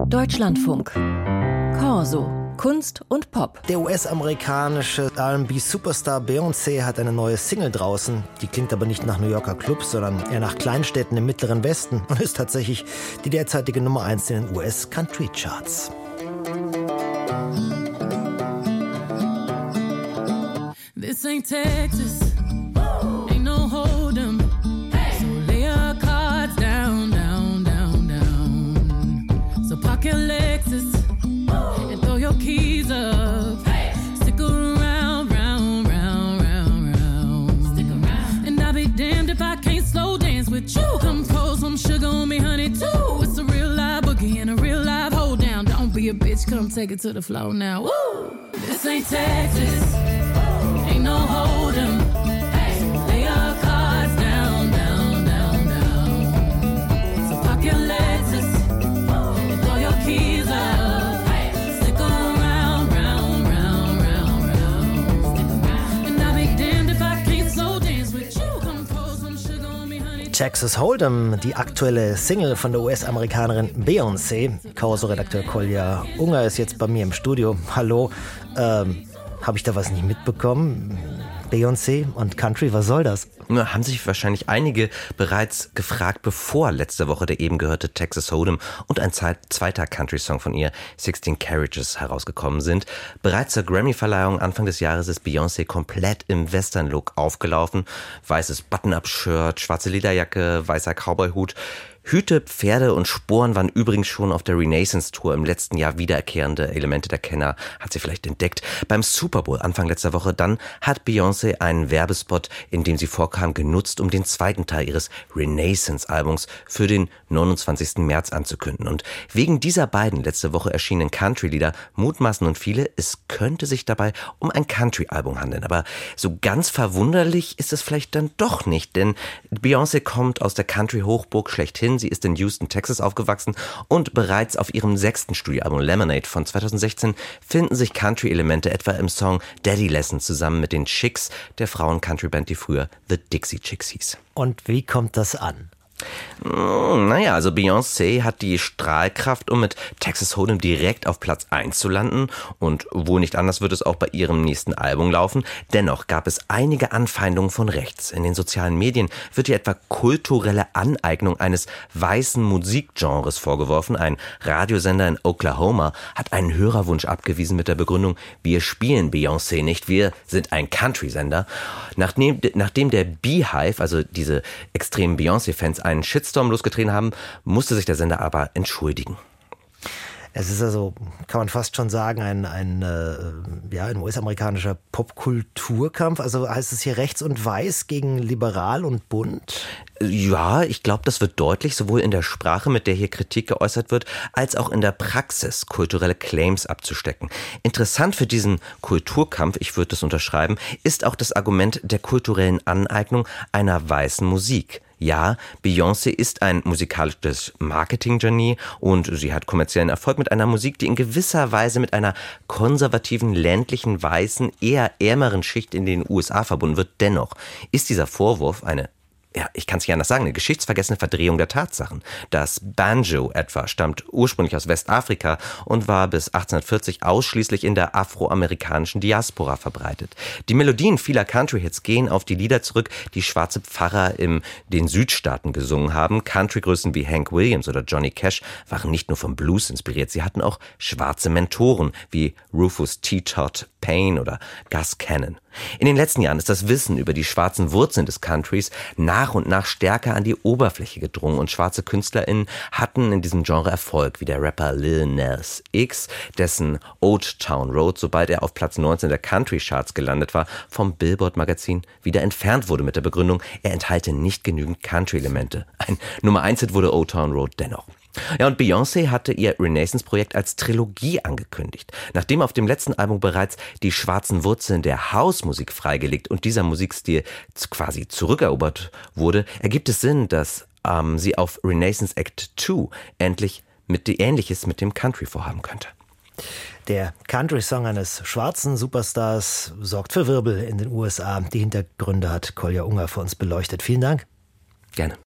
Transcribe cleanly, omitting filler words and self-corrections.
Deutschlandfunk. Corso. Kunst und Pop. Der US-amerikanische R&B-Superstar Beyoncé hat eine neue Single draußen. Die klingt aber nicht nach New Yorker Clubs, sondern eher nach Kleinstädten im Mittleren Westen und ist tatsächlich die derzeitige Nummer 1 in den US-Country-Charts. This ain't Texas, ain't no hold'em. So lay your cards down, down, down, down. So park your Lexus and throw your keys up. Stick around, round, round, round, round. Stick around. And I'll be damned if I can't slow dance with you. Come pour some sugar on me, honey, too. It's a real live boogie and a real live hold down. Don't be a bitch, come take it to the floor now. Woo! This ain't Texas. Ain't no hold'em. Hey, lay your cards down, down, down, down. So park your Lexus and throw your keys up. Hey, stick around, round, round, round, round. Stick around. And I'll be damned if I can't slow dance with you. Come pour some sugar on me, honey. Texas Hold'em, die aktuelle Single von der US-Amerikanerin Beyoncé. Corso-Redakteur Kolja Unger ist jetzt bei mir im Studio. Hallo. Habe ich da was nicht mitbekommen? Beyoncé und Country, was soll das? Haben sich wahrscheinlich einige bereits gefragt, bevor letzte Woche der eben gehörte Texas Hold'em und ein zweiter Country-Song von ihr, 16 Carriages, herausgekommen sind. Bereits zur Grammy-Verleihung Anfang des Jahres ist Beyoncé komplett im Western-Look aufgelaufen. Weißes Button-Up-Shirt, schwarze Lederjacke, weißer Cowboy-Hut. Hüte, Pferde und Sporen waren übrigens schon auf der Renaissance-Tour im letzten Jahr wiederkehrende Elemente der Kenner, hat sie vielleicht entdeckt. Beim Super Bowl Anfang letzter Woche dann hat Beyoncé einen Werbespot, in dem sie vorkam, genutzt, um den zweiten Teil ihres Renaissance-Albums für den 29. März anzukündigen. Und wegen dieser beiden letzte Woche erschienenen Country-Lieder mutmaßen und viele, es könnte sich dabei um ein Country-Album handeln. Aber so ganz verwunderlich ist es vielleicht dann doch nicht, denn Beyoncé kommt aus der Country-Hochburg schlechthin. Sie ist in Houston, Texas aufgewachsen und bereits auf ihrem 6. Studioalbum Lemonade von 2016 finden sich Country-Elemente, etwa im Song Daddy Lesson zusammen mit den Chicks, der Frauen-Country-Band, die früher The Dixie Chicks hieß. Und wie kommt das an? Naja, also Beyoncé hat die Strahlkraft, um mit Texas Hold'em direkt auf Platz 1 zu landen und wohl nicht anders wird es auch bei ihrem nächsten Album laufen. Dennoch gab es einige Anfeindungen von rechts. In den sozialen Medien wird ihr etwa kulturelle Aneignung eines weißen Musikgenres vorgeworfen. Ein Radiosender in Oklahoma hat einen Hörerwunsch abgewiesen mit der Begründung, wir spielen Beyoncé nicht, wir sind ein Country-Sender. Nachdem der Beehive, also diese extremen Beyoncé-Fans, einen Shitstorm losgetreten haben, musste sich der Sender aber entschuldigen. Es ist also, kann man fast schon sagen, ein US-amerikanischer Popkulturkampf. Also heißt es hier rechts und weiß gegen liberal und bunt? Ja, ich glaube, das wird deutlich, sowohl in der Sprache, mit der hier Kritik geäußert wird, als auch in der Praxis, kulturelle Claims abzustecken. Interessant für diesen Kulturkampf, ich würde das unterschreiben, ist auch das Argument der kulturellen Aneignung einer weißen Musik. Ja, Beyoncé ist ein musikalisches Marketinggenie und sie hat kommerziellen Erfolg mit einer Musik, die in gewisser Weise mit einer konservativen, ländlichen, weißen, eher ärmeren Schicht in den USA verbunden wird. Dennoch ist dieser Vorwurf ich kann es nicht anders sagen, eine geschichtsvergessene Verdrehung der Tatsachen. Das Banjo etwa stammt ursprünglich aus Westafrika und war bis 1840 ausschließlich in der afroamerikanischen Diaspora verbreitet. Die Melodien vieler Country-Hits gehen auf die Lieder zurück, die schwarze Pfarrer in den Südstaaten gesungen haben. Country-Größen wie Hank Williams oder Johnny Cash waren nicht nur vom Blues inspiriert, sie hatten auch schwarze Mentoren wie Rufus T. Todd Payne oder Gus Cannon. In den letzten Jahren ist das Wissen über die schwarzen Wurzeln des Countries nach und nach stärker an die Oberfläche gedrungen und schwarze KünstlerInnen hatten in diesem Genre Erfolg, wie der Rapper Lil Nas X, dessen Old Town Road, sobald er auf Platz 19 der Country-Charts gelandet war, vom Billboard-Magazin wieder entfernt wurde mit der Begründung, er enthalte nicht genügend Country-Elemente. Ein Nummer 1-Hit wurde Old Town Road dennoch. Ja, und Beyoncé hatte ihr Renaissance-Projekt als Trilogie angekündigt. Nachdem auf dem letzten Album bereits die schwarzen Wurzeln der House-Musik freigelegt und dieser Musikstil quasi zurückerobert wurde, ergibt es Sinn, dass sie auf Renaissance Act 2 endlich Ähnliches mit dem Country vorhaben könnte. Der Country-Song eines schwarzen Superstars sorgt für Wirbel in den USA. Die Hintergründe hat Kolja Unger für uns beleuchtet. Vielen Dank. Gerne.